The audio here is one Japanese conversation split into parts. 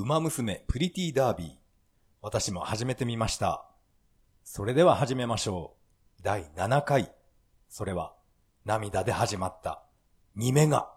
ウマ娘プリティダービー。私も始めてみました。それでは始めましょう。第7回。それは涙で始まった2メガ。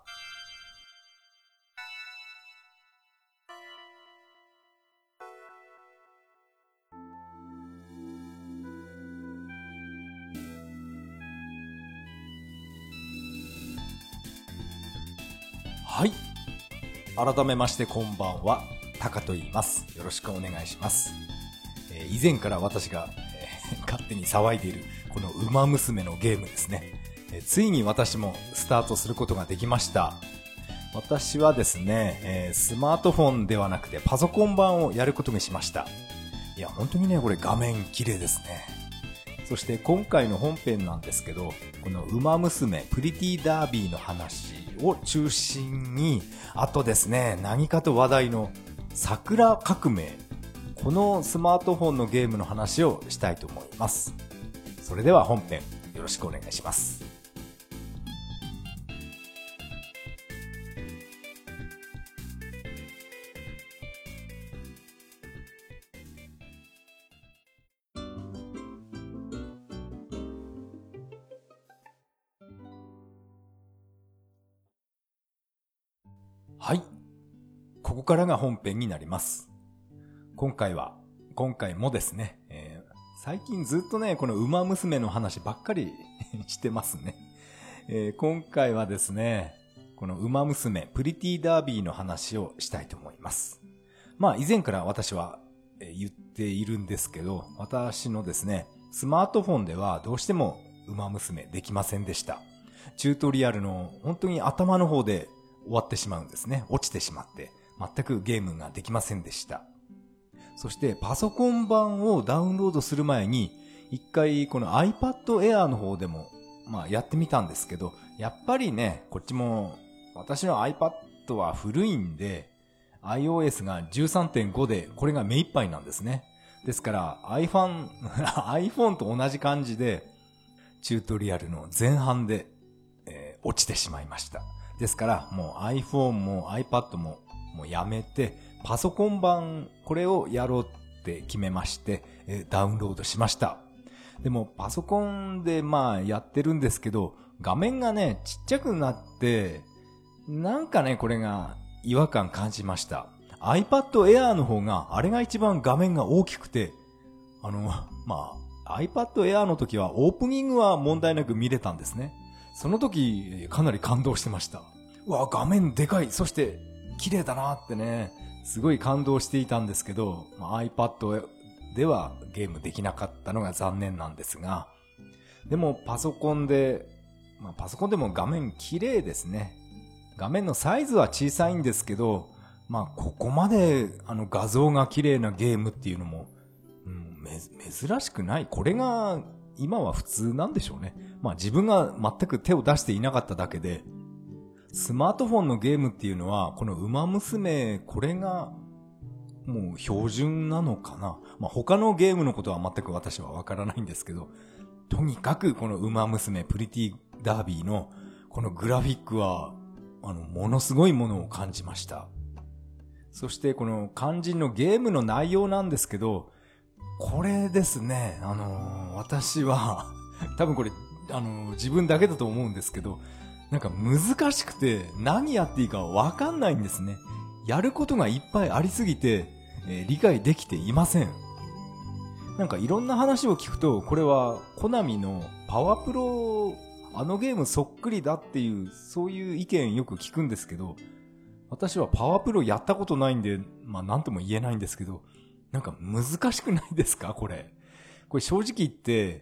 はい。改めましてこんばんは。タカと言います。よろしくお願いします。以前から私が、勝手に騒いでいるこのウマ娘のゲームですね。ついに私もスタートすることができました。私はですね、スマートフォンではなくてパソコン版をやることにしました。いや、本当にね、これ画面綺麗ですね。そして今回の本編なんですけど、このウマ娘プリティダービーの話を中心に、あとですね、何かと話題の桜革命、このスマートフォンのゲームの話をしたいと思います。それでは本編よろしくお願いします。はい。ここからが本編になります。今回もですね、最近ずっとね、このウマ娘の話ばっかりしてますね。今回はですね、このウマ娘プリティダービーの話をしたいと思います。まあ以前から私は言っているんですけど、私のですね、スマートフォンではどうしてもウマ娘できませんでした。チュートリアルの本当に頭の方で終わってしまうんですね。落ちてしまって全くゲームができませんでした。そしてパソコン版をダウンロードする前に一回この iPad Air の方でもやってみたんですけど、やっぱりね、こっちも私の iPad は古いんで iOS が 13.5 でこれが目いっぱいなんですね。ですから iPhone と同じ感じでチュートリアルの前半で、落ちてしまいました。ですからもう iPhone も iPad もうやめてパソコン版これをやろうって決めまして、ダウンロードしました。でもパソコンでやってるんですけど、画面がねちっちゃくなってなんかねこれが違和感感じました。 iPad Air の方があれが一番画面が大きくて、iPad Air の時はオープニングは問題なく見れたんですね。その時かなり感動してました。うわ、画面でかい、そして綺麗だなってね、すごい感動していたんですけど、iPad ではゲームできなかったのが残念なんですが、でもパソコンでも画面綺麗ですね。画面のサイズは小さいんですけど、ここまで画像が綺麗なゲームっていうのも、珍しくない。これが今は普通なんでしょうね。自分が全く手を出していなかっただけで、スマートフォンのゲームっていうのはこのウマ娘、これがもう標準なのかな。他のゲームのことは全く私はわからないんですけど、とにかくこのウマ娘プリティダービーのこのグラフィックはものすごいものを感じました。そしてこの肝心のゲームの内容なんですけど、これですね、私は多分これ自分だけだと思うんですけど、なんか難しくて何やっていいかわかんないんですね。やることがいっぱいありすぎて、理解できていません。なんかいろんな話を聞くと、これはコナミのパワプロ、ゲームそっくりだっていう、そういう意見よく聞くんですけど、私はパワプロやったことないんで、なんとも言えないんですけど、なんか難しくないですかこれ。これ正直言って、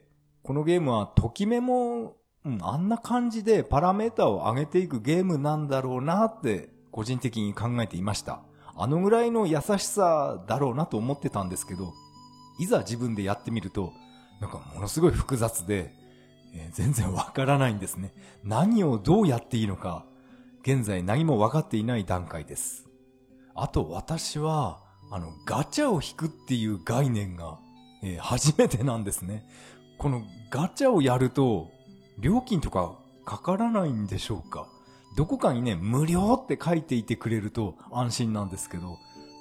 このゲームはときめも、あんな感じでパラメータを上げていくゲームなんだろうなって個人的に考えていました。あのぐらいの優しさだろうなと思ってたんですけど、いざ自分でやってみると、なんかものすごい複雑で、全然わからないんですね。何をどうやっていいのか、現在何もわかっていない段階です。あと私は、ガチャを引くっていう概念が、初めてなんですね。このガチャをやると、料金とかかからないんでしょうか。どこかにね、無料って書いていてくれると安心なんですけど、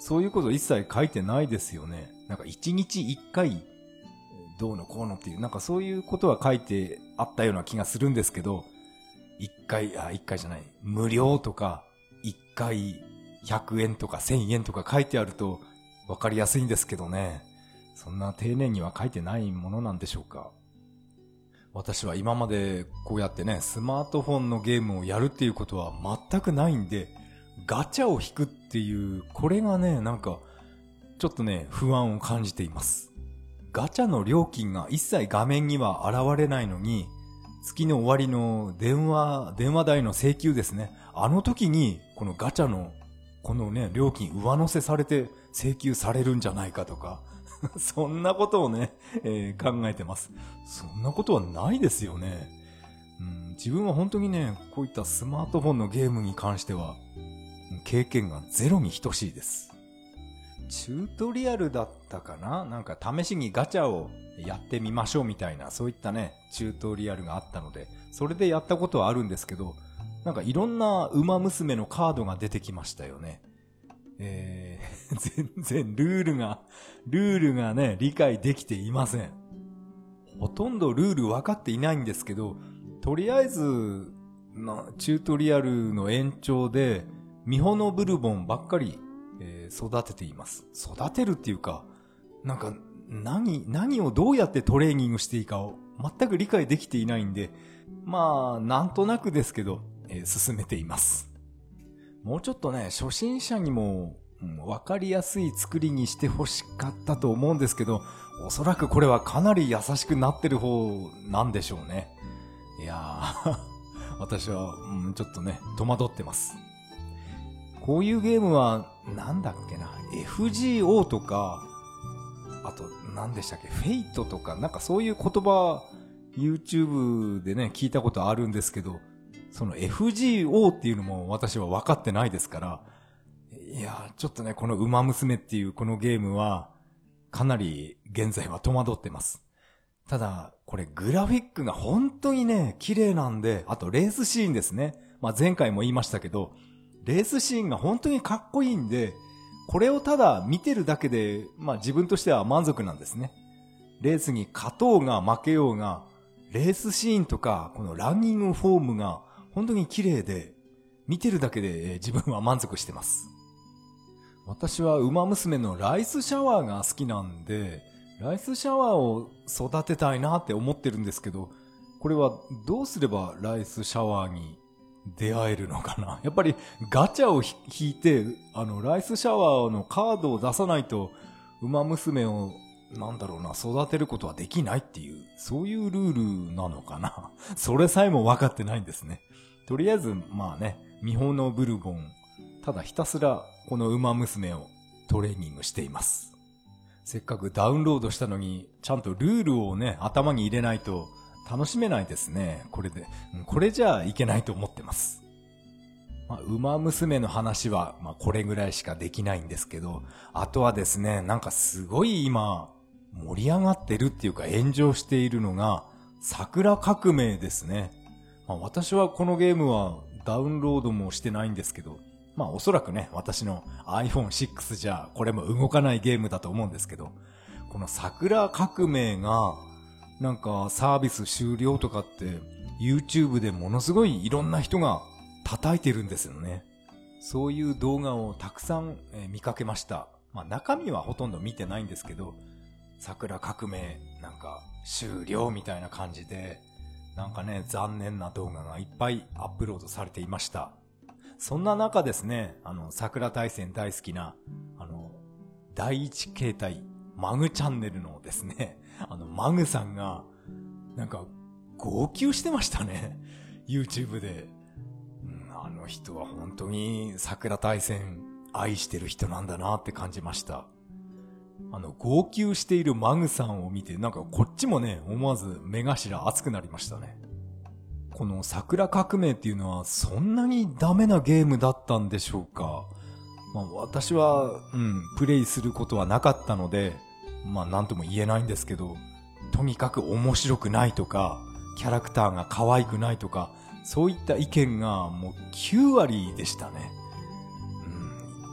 そういうこと一切書いてないですよね。なんか1日1回どうのこうのっていう、なんかそういうことは書いてあったような気がするんですけど、1回じゃない、無料とか、1回100円とか1000円とか書いてあるとわかりやすいんですけどね。そんな丁寧には書いてないものなんでしょうか。私は今までこうやってね、スマートフォンのゲームをやるっていうことは全くないんで、ガチャを引くっていう、これがね、なんか、ちょっとね、不安を感じています。ガチャの料金が一切画面には現れないのに、月の終わりの電話代の請求ですね。あの時に、このガチャの、このね、料金上乗せされて請求されるんじゃないかとか、そんなことをね、考えてます。そんなことはないですよね。自分は本当にね、こういったスマートフォンのゲームに関しては、経験がゼロに等しいです。チュートリアルだったかな？なんか試しにガチャをやってみましょうみたいな、そういったね、チュートリアルがあったので、それでやったことはあるんですけど、なんかいろんな馬娘のカードが出てきましたよね。全然ルールがね、理解できていません。ほとんどルール分かっていないんですけど、とりあえず、チュートリアルの延長で、ミホノブルボンばっかり、育てています。育てるっていうか、なんか、何をどうやってトレーニングしていいかを全く理解できていないんで、まあ、なんとなくですけど、進めています。もうちょっとね、初心者にも、わかりやすい作りにしてほしかったと思うんですけど、おそらくこれはかなり優しくなってる方なんでしょうね。いやー、私は、ちょっとね、戸惑ってます。こういうゲームは、なんだっけな、FGO とか、あと、何でしたっけ、フェイトとか、なんかそういう言葉、YouTube でね、聞いたことあるんですけど、その FGO っていうのも私は分かってないですから、いや、ちょっとね、この馬娘っていうこのゲームは、かなり現在は戸惑ってます。ただ、これグラフィックが本当にね、綺麗なんで、あとレースシーンですね。前回も言いましたけど、レースシーンが本当にかっこいいんで、これをただ見てるだけで、自分としては満足なんですね。レースに勝とうが負けようが、レースシーンとか、このランニングフォームが本当に綺麗で、見てるだけで自分は満足してます。私は馬娘のライスシャワーが好きなんで、ライスシャワーを育てたいなって思ってるんですけど、これはどうすればライスシャワーに出会えるのかな。やっぱりガチャを引いて、ライスシャワーのカードを出さないと、馬娘を、育てることはできないっていう、そういうルールなのかな。それさえも分かってないんですね。とりあえず、ミホノブルボン、ただひたすらこの馬娘をトレーニングしています。せっかくダウンロードしたのに、ちゃんとルールをね、頭に入れないと楽しめないですね。これじゃいけないと思ってます。馬娘の話は、これぐらいしかできないんですけど、あとはですね、なんかすごい今、盛り上がってるっていうか炎上しているのが、桜革命ですね。私はこのゲームはダウンロードもしてないんですけど、おそらくね、私の iPhone6 じゃこれも動かないゲームだと思うんですけど、この桜革命が、なんかサービス終了とかって YouTube でものすごいいろんな人が叩いてるんですよね。そういう動画をたくさん見かけました。中身はほとんど見てないんですけど、桜革命なんか終了みたいな感じで、なんかね、残念な動画がいっぱいアップロードされていました。そんな中ですね、桜大戦大好きな、第一形態、マグチャンネルのですね、マグさんが、なんか、号泣してましたね。YouTube で。あの人は本当に桜大戦愛してる人なんだなって感じました。号泣しているマグさんを見て、なんかこっちもね、思わず目頭熱くなりましたね。この桜革命っていうのはそんなにダメなゲームだったんでしょうか。私は、プレイすることはなかったので、なんとも言えないんですけど、とにかく面白くないとか、キャラクターが可愛くないとか、そういった意見がもう9割でしたね。なんか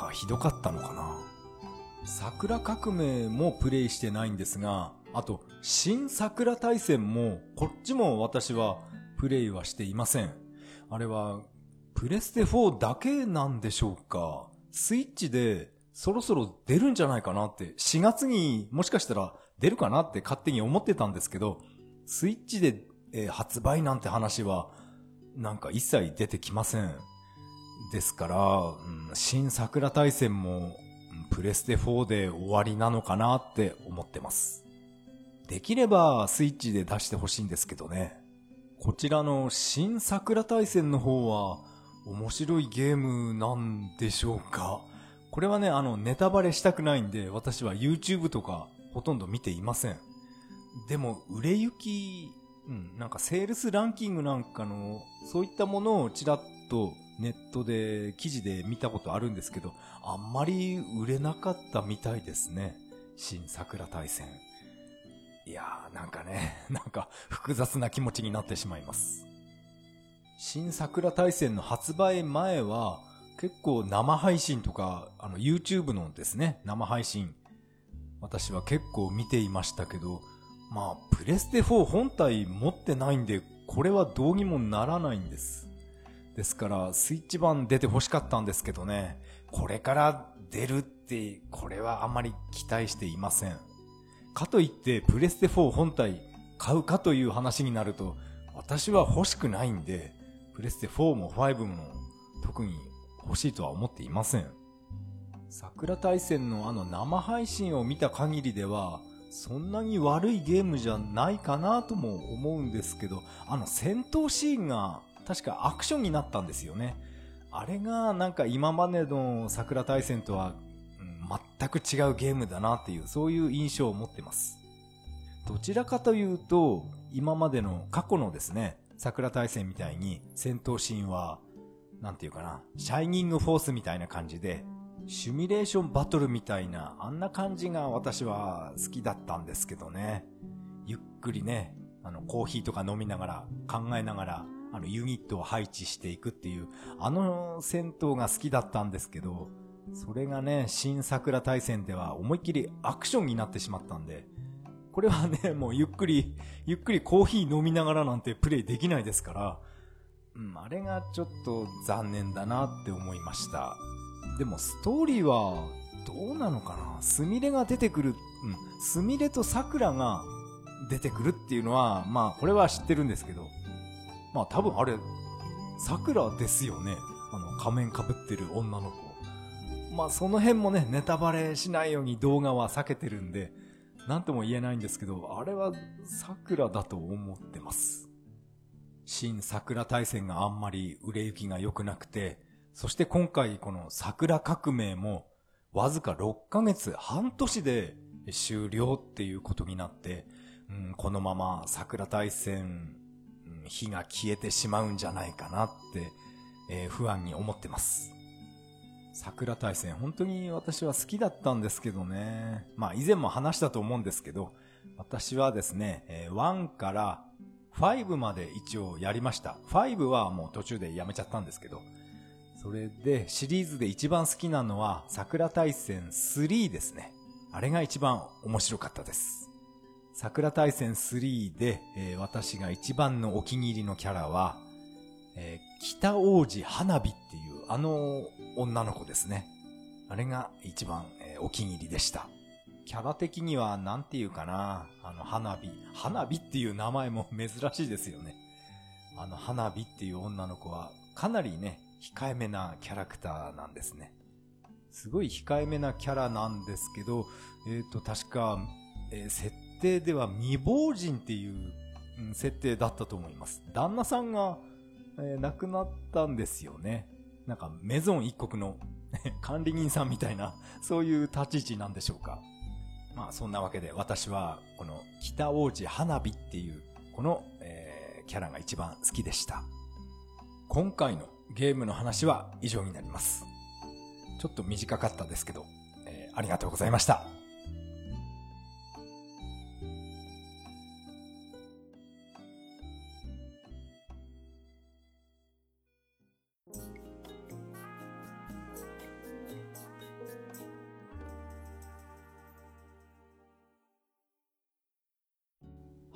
ひどかったのかな。桜革命もプレイしてないんですが、あと、新桜大戦も、こっちも私はプレイはしていません。あれは、プレステ4だけなんでしょうか。スイッチでそろそろ出るんじゃないかなって、4月にもしかしたら出るかなって勝手に思ってたんですけど、スイッチで、発売なんて話は、なんか一切出てきません。ですから、新桜大戦も、プレステ4で終わりなのかなって思ってます。できればスイッチで出してほしいんですけどね。こちらの新桜大戦の方は面白いゲームなんでしょうか。これはね、ネタバレしたくないんで、私は YouTube とかほとんど見ていません。でも、売れ行き、なんかセールスランキングなんかの、そういったものをちらっとネットで記事で見たことあるんですけど、あんまり売れなかったみたいですね。新桜大戦。いやーなんかね、なんか複雑な気持ちになってしまいます。新桜大戦の発売前は結構生配信とか、YouTube のですね、生配信、私は結構見ていましたけど、まあ、プレステ4本体持ってないんで、これはどうにもならないんです。ですから、スイッチ版出て欲しかったんですけどね、これから出るって、これはあまり期待していません。かといって、プレステ4本体買うかという話になると、私は欲しくないんで、プレステ4も5も特に欲しいとは思っていません。桜大戦の生配信を見た限りでは、そんなに悪いゲームじゃないかなとも思うんですけど、戦闘シーンが確かアクションになったんですよね。あれがなんか今までの桜大戦とは、全く違うゲームだなっていう、そういう印象を持ってます。どちらかというと、今までの過去のですね、桜大戦みたいに戦闘シーンは、なんていうかな、シャイニングフォースみたいな感じで、シミュレーションバトルみたいな、あんな感じが私は好きだったんですけどね。ゆっくりね、コーヒーとか飲みながら、考えながら、ユニットを配置していくっていう、戦闘が好きだったんですけど、それがね、新桜大戦では思いっきりアクションになってしまったんで、これはね、もうゆっくりコーヒー飲みながらなんてプレイできないですから、あれがちょっと残念だなって思いました。でもストーリーはどうなのかな。スミレが出てくる、スミレとサクラが出てくるっていうのは、まあこれは知ってるんですけど、まあ多分あれ、サクラですよね。仮面被ってる女の子。まあその辺もね、ネタバレしないように動画は避けてるんで、なんとも言えないんですけど、あれは桜だと思ってます。新桜大戦があんまり売れ行きが良くなくて、そして今回この桜革命もわずか6ヶ月、半年で終了っていうことになって、このまま桜大戦、火が消えてしまうんじゃないかなって、不安に思ってます。桜大戦本当に私は好きだったんですけどね。まあ以前も話したと思うんですけど、私はですね、1から5まで一応やりました。5はもう途中でやめちゃったんですけど、それでシリーズで一番好きなのは桜大戦3ですね。あれが一番面白かったです。桜大戦3で、私が一番のお気に入りのキャラは、北王子花火っていう女の子ですね。あれが一番、お気に入りでした。キャラ的にはなんていうかな、花火っていう名前も珍しいですよね。花火っていう女の子はかなりね、控えめなキャラクターなんですね。すごい控えめなキャラなんですけど、確か、設定では未亡人っていう、設定だったと思います。旦那さんが、亡くなったんですよね。なんかメゾン一国の管理人さんみたいな、そういう立ち位置なんでしょうか。まあそんなわけで私はこの北王子花火っていうこの、キャラが一番好きでした。今回のゲームの話は以上になります。ちょっと短かったですけど、ありがとうございました。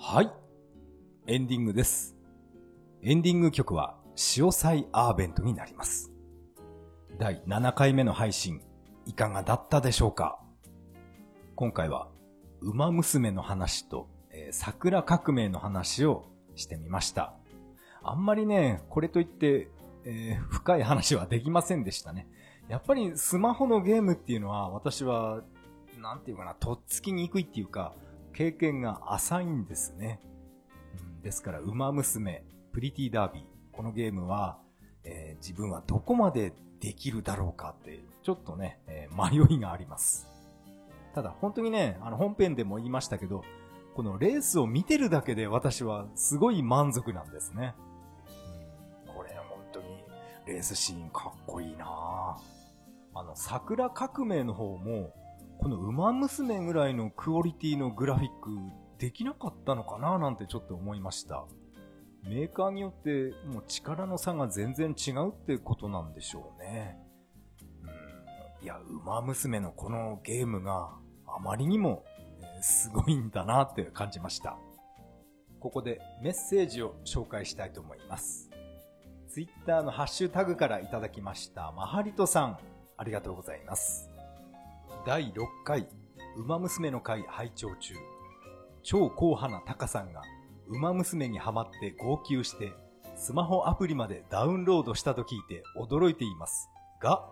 はい。エンディングです。エンディング曲は、潮祭アーベントになります。第7回目の配信、いかがだったでしょうか？今回は、馬娘の話と、桜革命の話をしてみました。あんまりね、これといって、深い話はできませんでしたね。やっぱりスマホのゲームっていうのは、私は、なんていうかな、とっつきにくいっていうか、経験が浅いんですね。ですから、馬娘、プリティダービー、このゲームは、自分はどこまでできるだろうかって、ちょっとね、迷いがあります。ただ、本当にね、本編でも言いましたけど、このレースを見てるだけで私はすごい満足なんですね。これ本当にレースシーンかっこいいなぁ。桜革命の方も、この馬娘ぐらいのクオリティのグラフィックできなかったのかななんてちょっと思いました。メーカーによってもう力の差が全然違うってことなんでしょうね。いや、馬娘のこのゲームがあまりにもすごいんだなって感じました。ここでメッセージを紹介したいと思います。ツイッターのハッシュタグからいただきましたマハリトさん、ありがとうございます。第6回馬娘の会拝聴中、超硬派なタカさんが馬娘にハマって号泣してスマホアプリまでダウンロードしたと聞いて驚いていますが、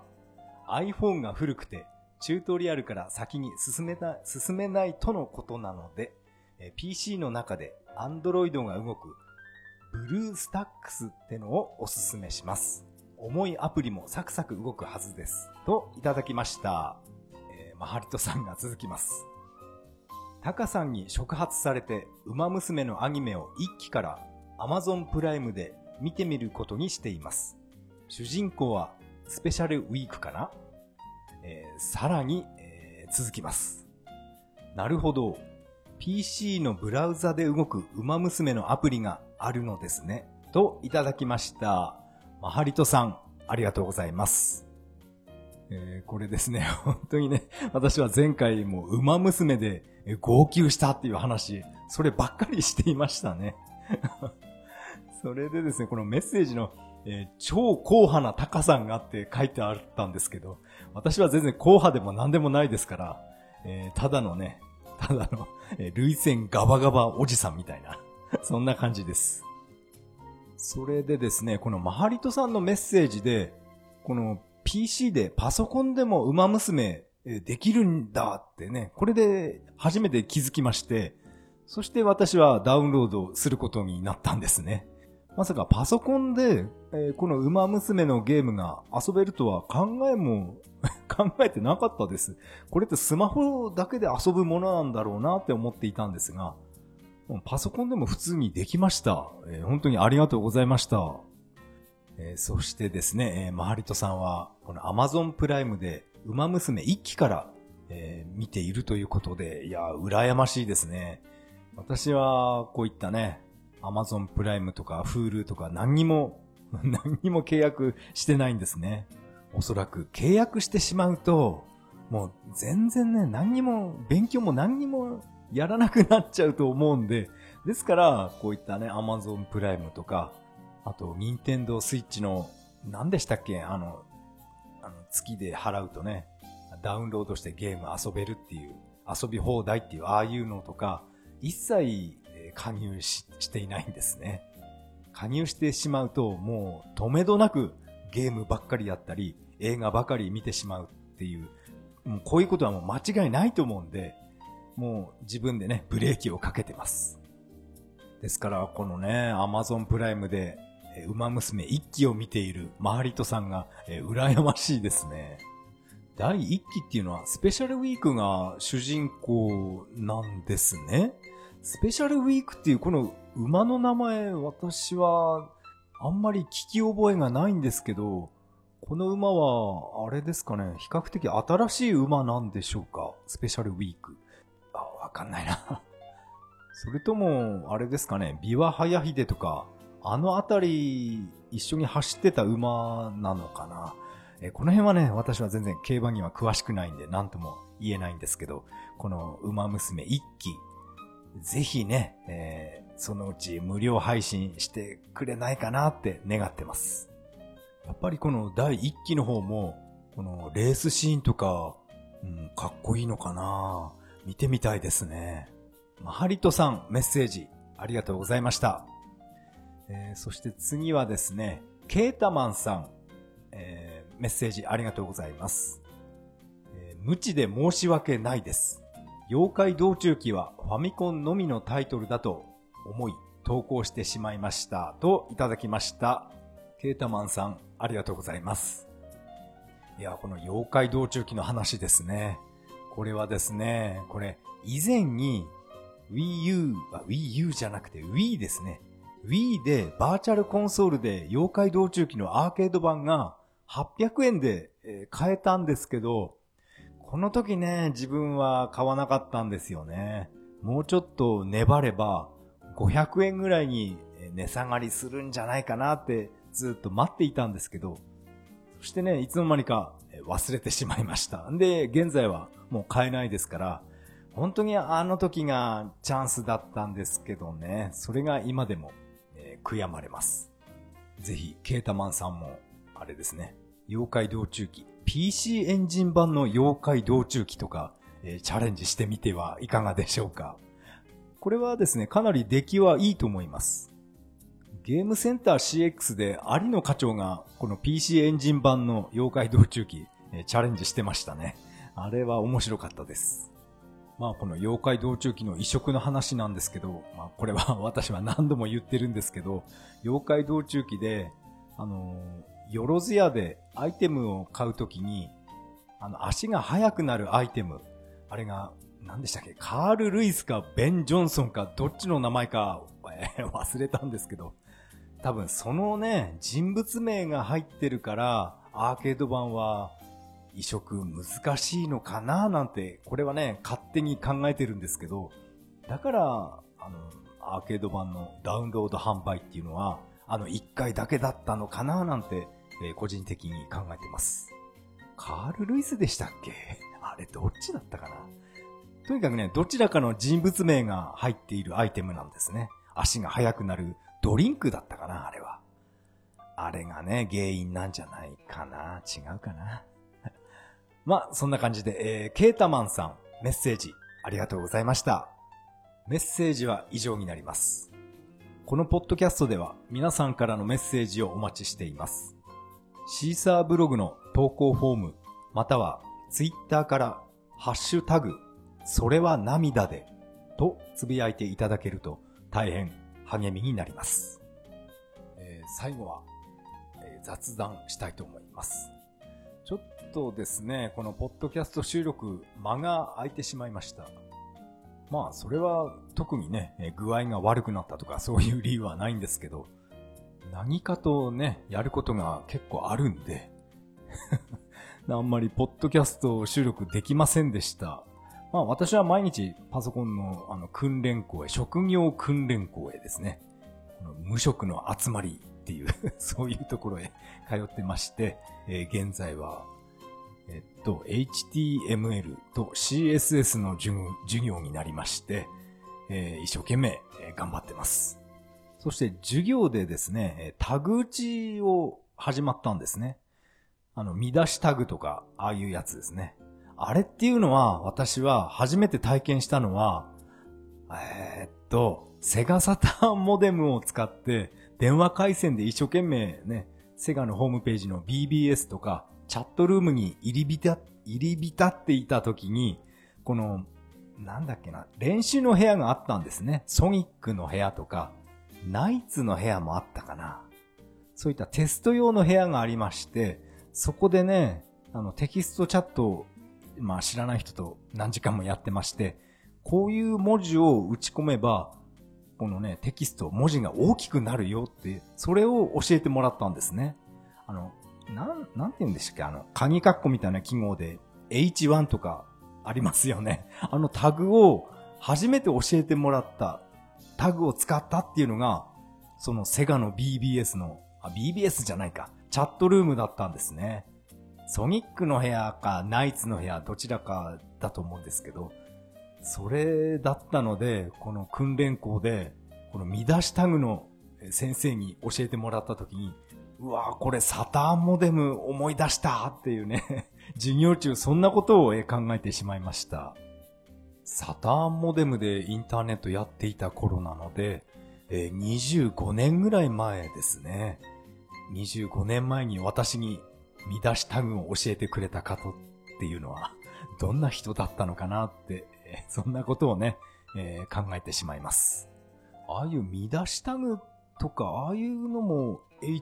iPhone が古くてチュートリアルから先に進めないとのことなので、PC の中で Android が動くブルースタックスってのをおすすめします。重いアプリもサクサク動くはずですといただきました。マハリトさんが続きます。タカさんに触発されて馬娘のアニメを1期から Amazon プライムで見てみることにしています。主人公はスペシャルウィークかな？さらに、続きます。なるほど。PC のブラウザで動く馬娘のアプリがあるのですね。といただきました。マハリトさん、ありがとうございます。これですね、本当にね、私は前回も馬娘で号泣したっていう話、そればっかりしていましたね。それでですね、このメッセージの、超硬派なタカさんがって書いてあったんですけど、私は全然硬派でも何でもないですから、ただの涙腺ガバガバおじさんみたいな、そんな感じです。それでですね、このマハリトさんのメッセージで、このPC でパソコンでも馬娘できるんだってね、これで初めて気づきまして、そして私はダウンロードすることになったんですね。まさかパソコンで、この馬娘のゲームが遊べるとは考えてなかったです。これってスマホだけで遊ぶものなんだろうなって思っていたんですが、パソコンでも普通にできました。本当にありがとうございました。そしてですね、マハリトさんはこの Amazon プライムで馬娘1期から、見ているということで、いや羨ましいですね。私はこういったね、Amazon プライムとか Hulu とか何にも契約してないんですね。おそらく契約してしまうと、もう全然ね、勉強も何にもやらなくなっちゃうと思うんで、ですからこういったね、Amazon プライムとか、あと、ニンテンドースイッチの、何でしたっけ？月で払うとね、ダウンロードしてゲーム遊べるっていう、遊び放題っていう、ああいうのとか、一切加入していないんですね。加入してしまうと、もう、止めどなくゲームばっかりやったり、映画ばかり見てしまうっていう、もうこういうことはもう間違いないと思うんで、もう自分でね、ブレーキをかけてます。ですから、このね、Amazon プライムで、馬娘1期を見ているマハリトさんが、羨ましいですね。第1期っていうのはスペシャルウィークが主人公なんですね。スペシャルウィークっていうこの馬の名前、私はあんまり聞き覚えがないんですけど、この馬はあれですかね、比較的新しい馬なんでしょうか、スペシャルウィーク。わかんないな。それともあれですかね、ビワハヤヒデとかあのあたり一緒に走ってた馬なのかな。この辺はね、私は全然競馬には詳しくないんで何とも言えないんですけど、この馬娘1期、 ぜひね、そのうち無料配信してくれないかなって願ってます。やっぱりこの第1期の方も、このレースシーンとか、かっこいいのかな。見てみたいですね。マハリトさん、メッセージありがとうございました。そして次はですね、ケータマンさん、メッセージありがとうございます。無知で申し訳ないです。妖怪道中記はファミコンのみのタイトルだと思い投稿してしまいましたといただきました。ケータマンさんありがとうございます。いや、この妖怪道中記の話ですね。これはですね、以前に Wii U じゃなくて Wii ですね。Wii でバーチャルコンソールで妖怪道中記のアーケード版が800円で買えたんですけど、この時ね、自分は買わなかったんですよね。もうちょっと粘れば500円ぐらいに値下がりするんじゃないかなってずっと待っていたんですけど、そしてね、いつの間にか忘れてしまいました。で、現在はもう買えないですから、本当にあの時がチャンスだったんですけどね、それが今でも悔やまれます。ぜひ、ケータマンさんも、あれですね、妖怪道中記、PC エンジン版の妖怪道中記とか、チャレンジしてみてはいかがでしょうか。これはですね、かなり出来はいいと思います。ゲームセンター CX で有野課長がこの PC エンジン版の妖怪道中記チャレンジしてましたね。あれは面白かったです。まあこの妖怪道中記の移植の話なんですけど、まあこれは私は何度も言ってるんですけど、妖怪道中記で、よろず屋でアイテムを買うときに、足が速くなるアイテム、あれが何でしたっけ、カール・ルイスかベン・ジョンソンかどっちの名前か忘れたんですけど、多分そのね、人物名が入ってるから、アーケード版は移植難しいのかななんて、これはね、勝手に考えてるんですけど、だから、アーケード版のダウンロード販売っていうのは、1回だけだったのかななんて、個人的に考えてます。カール・ルイスでしたっけ？あれどっちだったかな？とにかくね、どちらかの人物名が入っているアイテムなんですね。足が速くなるドリンクだったかな、あれは。あれがね、原因なんじゃないかな。違うかな。まあ、そんな感じで、ケータマンさん、メッセージありがとうございました。メッセージは以上になります。このポッドキャストでは皆さんからのメッセージをお待ちしています。シーサーブログの投稿フォーム、またはツイッターからハッシュタグ、それは涙でとつぶやいていただけると大変励みになります。最後は、雑談したいと思います。ちょっとですね、このポッドキャスト収録間が空いてしまいました。まあそれは特にね、具合が悪くなったとかそういう理由はないんですけど、何かとね、やることが結構あるんであんまりポッドキャスト収録できませんでした。まあ私は毎日パソコンの訓練校へ、職業訓練校へですね、無職の集まりっていうそういうところへ通ってまして、現在はHTML と CSS の授業になりまして、一生懸命頑張ってます。そして授業でですね、タグ打ちを始まったんですね。見出しタグとか、ああいうやつですね。あれっていうのは、私は初めて体験したのは、セガサターンモデムを使って、電話回線で一生懸命ね、セガのホームページの BBS とか、チャットルームに入り浸っていた時に、この、なんだっけな、練習の部屋があったんですね。ソニックの部屋とか、ナイツの部屋もあったかな。そういったテスト用の部屋がありまして、そこでね、テキストチャットを、まあ知らない人と何時間もやってまして、こういう文字を打ち込めば、このね、テキスト、文字が大きくなるよって、それを教えてもらったんですね。なんて言うんでしたっけ、鍵括弧みたいな記号で H1 とかありますよね。タグを初めて教えてもらった、タグを使ったっていうのが、そのセガの BBS の、BBS じゃないか、チャットルームだったんですね。ソニックの部屋かナイツの部屋、どちらかだと思うんですけど、 それだったので、この訓練校で、この見出しタグの先生に教えてもらった時に、うわぁ、これサターンモデム思い出したっていうね、授業中そんなことを考えてしまいました。サターンモデムでインターネットやっていた頃なので、25年ぐらい前ですね。25年前に私に見出しタグを教えてくれた方っていうのは、どんな人だったのかなって、そんなことをね、考えてしまいます。ああいう見出しタグとか、ああいうのも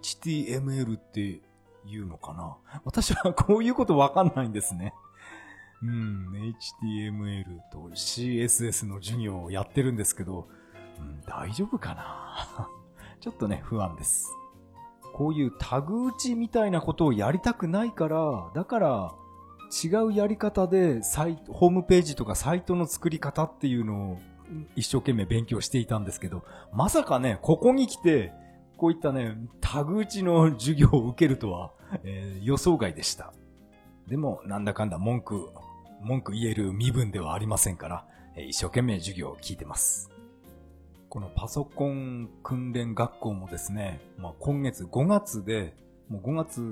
HTML って言うのかな。私はこういうことわかんないんですね。HTML と CSS の授業をやってるんですけど、大丈夫かなちょっとね、不安です。こういうタグ打ちみたいなことをやりたくないから、だから違うやり方でホームページとかサイトの作り方っていうのを一生懸命勉強していたんですけど、まさかね、ここに来て、こういったね、タグ打ちの授業を受けるとは、予想外でした。でも、なんだかんだ文句言える身分ではありませんから、一生懸命授業を聞いてます。このパソコン訓練学校もですね、今月5月で、もう5月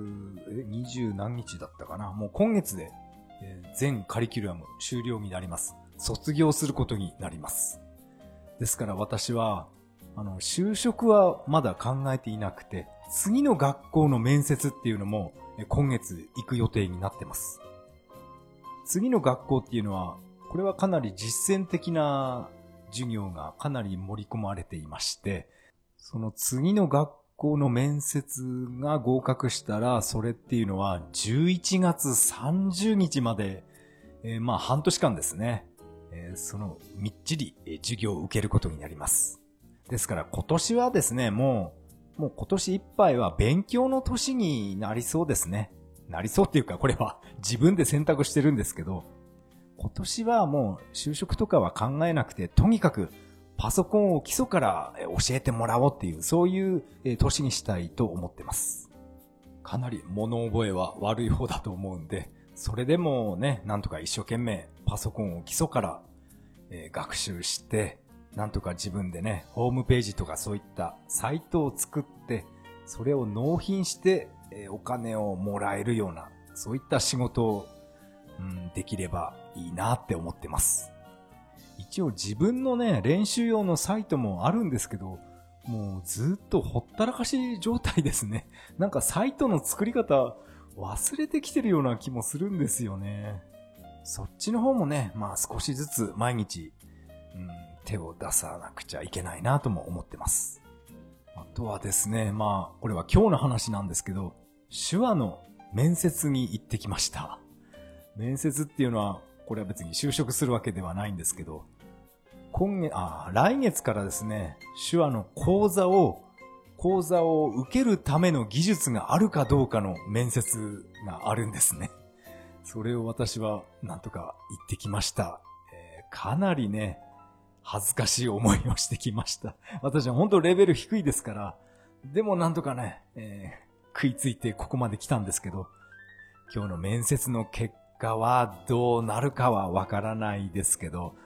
20何日だったかな、もう今月で全カリキュラム終了になります。卒業することになります。ですから私は、就職はまだ考えていなくて、次の学校の面接っていうのも今月行く予定になってます。次の学校っていうのは、これはかなり実践的な授業がかなり盛り込まれていまして、その次の学校の面接が合格したら、それっていうのは11月30日まで、半年間ですね。そのみっちり授業を受けることになります。ですから今年はですね、もう今年いっぱいは勉強の年になりそうですね。なりそうっていうか、これは自分で選択してるんですけど、今年はもう就職とかは考えなくて、とにかくパソコンを基礎から教えてもらおうっていう、そういう年にしたいと思ってます。かなり物覚えは悪い方だと思うんで、それでもね、なんとか一生懸命パソコンを基礎から学習して、なんとか自分でね、ホームページとかそういったサイトを作って、それを納品してお金をもらえるような、そういった仕事を、できればいいなって思ってます。一応自分のね、練習用のサイトもあるんですけど、もうずっとほったらかし状態ですね。なんかサイトの作り方忘れてきてるような気もするんですよね。そっちの方もね、少しずつ毎日、手を出さなくちゃいけないなとも思ってます。あとはですね、これは今日の話なんですけど、手話の面接に行ってきました。面接っていうのは、これは別に就職するわけではないんですけど、来月からですね、手話の講座を受けるための技術があるかどうかの面接があるんですね。それを私はなんとか行ってきました。かなりね、恥ずかしい思いをしてきました。私は本当レベル低いですから、でもなんとかね、食いついてここまで来たんですけど、今日の面接の結果はどうなるかはわからないですけど、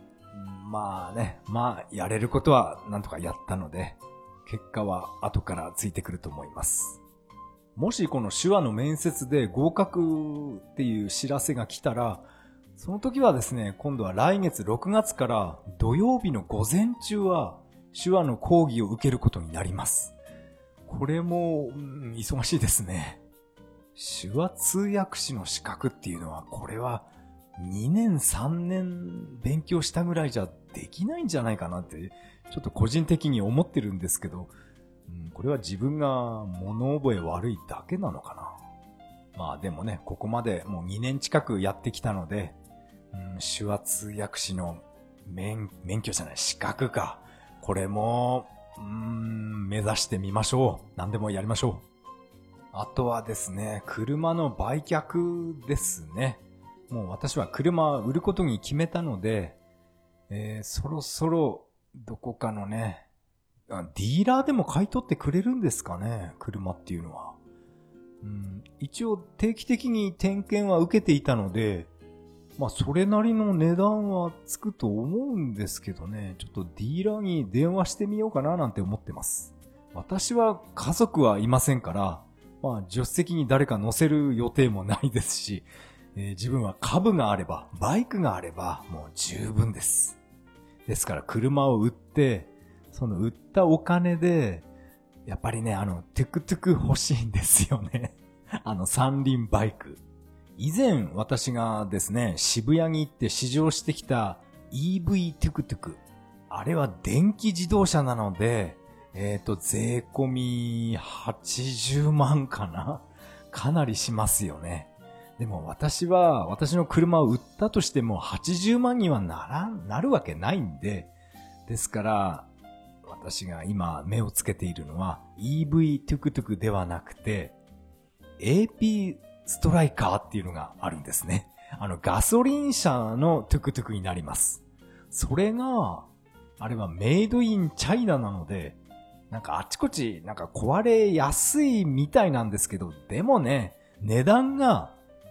やれることはなんとかやったので、結果は後からついてくると思います。もしこの手話の面接で合格っていう知らせが来たら、その時はですね、今度は来月6月から土曜日の午前中は手話の講義を受けることになります。これも、忙しいですね。手話通訳士の資格っていうのは、これは2年3年勉強したぐらいじゃできないんじゃないかなって、ちょっと個人的に思ってるんですけど、これは自分が物覚え悪いだけなのかな。でもね、ここまでもう2年近くやってきたので、手話通訳士の免許じゃない資格か。これも、目指してみましょう。何でもやりましょう。あとはですね、車の売却ですね。もう私は車を売ることに決めたので、そろそろどこかのね、ディーラーでも買い取ってくれるんですかね、車っていうのは。一応定期的に点検は受けていたので、 まあそれなりの値段はつくと思うんですけどね、ちょっとディーラーに電話してみようかななんて思ってます。私は家族はいませんから、まあ助手席に誰か乗せる予定もないですし、自分は株があれば、バイクがあればもう十分です。ですから車を売って、その売ったお金で、やっぱりね、トゥクトゥク欲しいんですよね。三輪バイク。以前私がですね、渋谷に行って試乗してきた EV トゥクトゥク。あれは電気自動車なので、税込み80万かな？かなりしますよね。でも私の車を売ったとしても80万にはなるわけないんで、ですから、私が今目をつけているのは EV トゥクトゥクではなくて AP ストライカーっていうのがあるんですね。ガソリン車のトゥクトゥクになります。それが、あれはメイドインチャイナなので、なんかあちこちなんか壊れやすいみたいなんですけど、でもね、値段が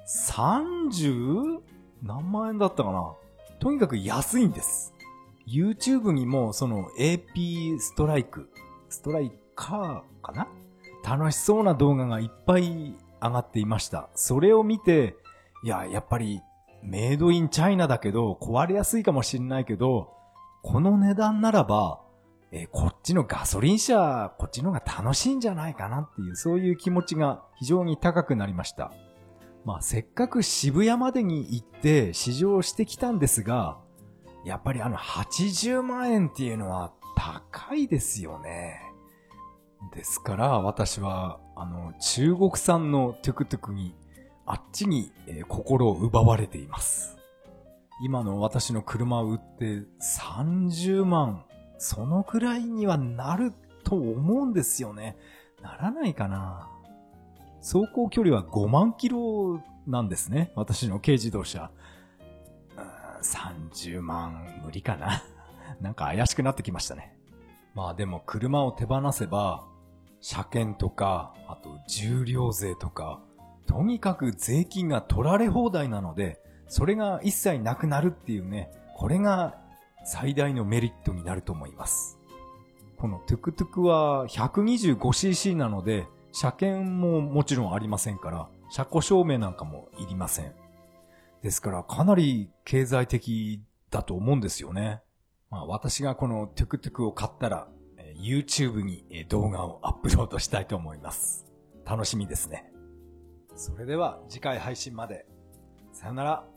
30何万円だったかな。とにかく安いんです。YouTube にもその AP ストライカーかな？楽しそうな動画がいっぱい上がっていました。それを見て、やっぱりメイドインチャイナだけど壊れやすいかもしれないけど、この値段ならば、こっちのガソリン車、こっちの方が楽しいんじゃないかなっていう、そういう気持ちが非常に高くなりました。まあせっかく渋谷までに行って試乗してきたんですが、やっぱり80万円っていうのは高いですよね。ですから私は中国産のトゥクトゥクにあっちに心を奪われています。今の私の車を売って30万、そのくらいにはなると思うんですよね。ならないかな。走行距離は5万キロなんですね。私の軽自動車。30万無理かな。なんか怪しくなってきましたね。まあでも車を手放せば、車検とか、あと重量税とか、とにかく税金が取られ放題なので、それが一切なくなるっていうね、これが最大のメリットになると思います。このトゥクトゥクは 125cc なので、車検ももちろんありませんから、車庫証明なんかもいりません。ですからかなり経済的だと思うんですよね。まあ私がこのトゥクトゥクを買ったら、YouTube に動画をアップロードしたいと思います。楽しみですね。それでは次回配信まで。さよなら。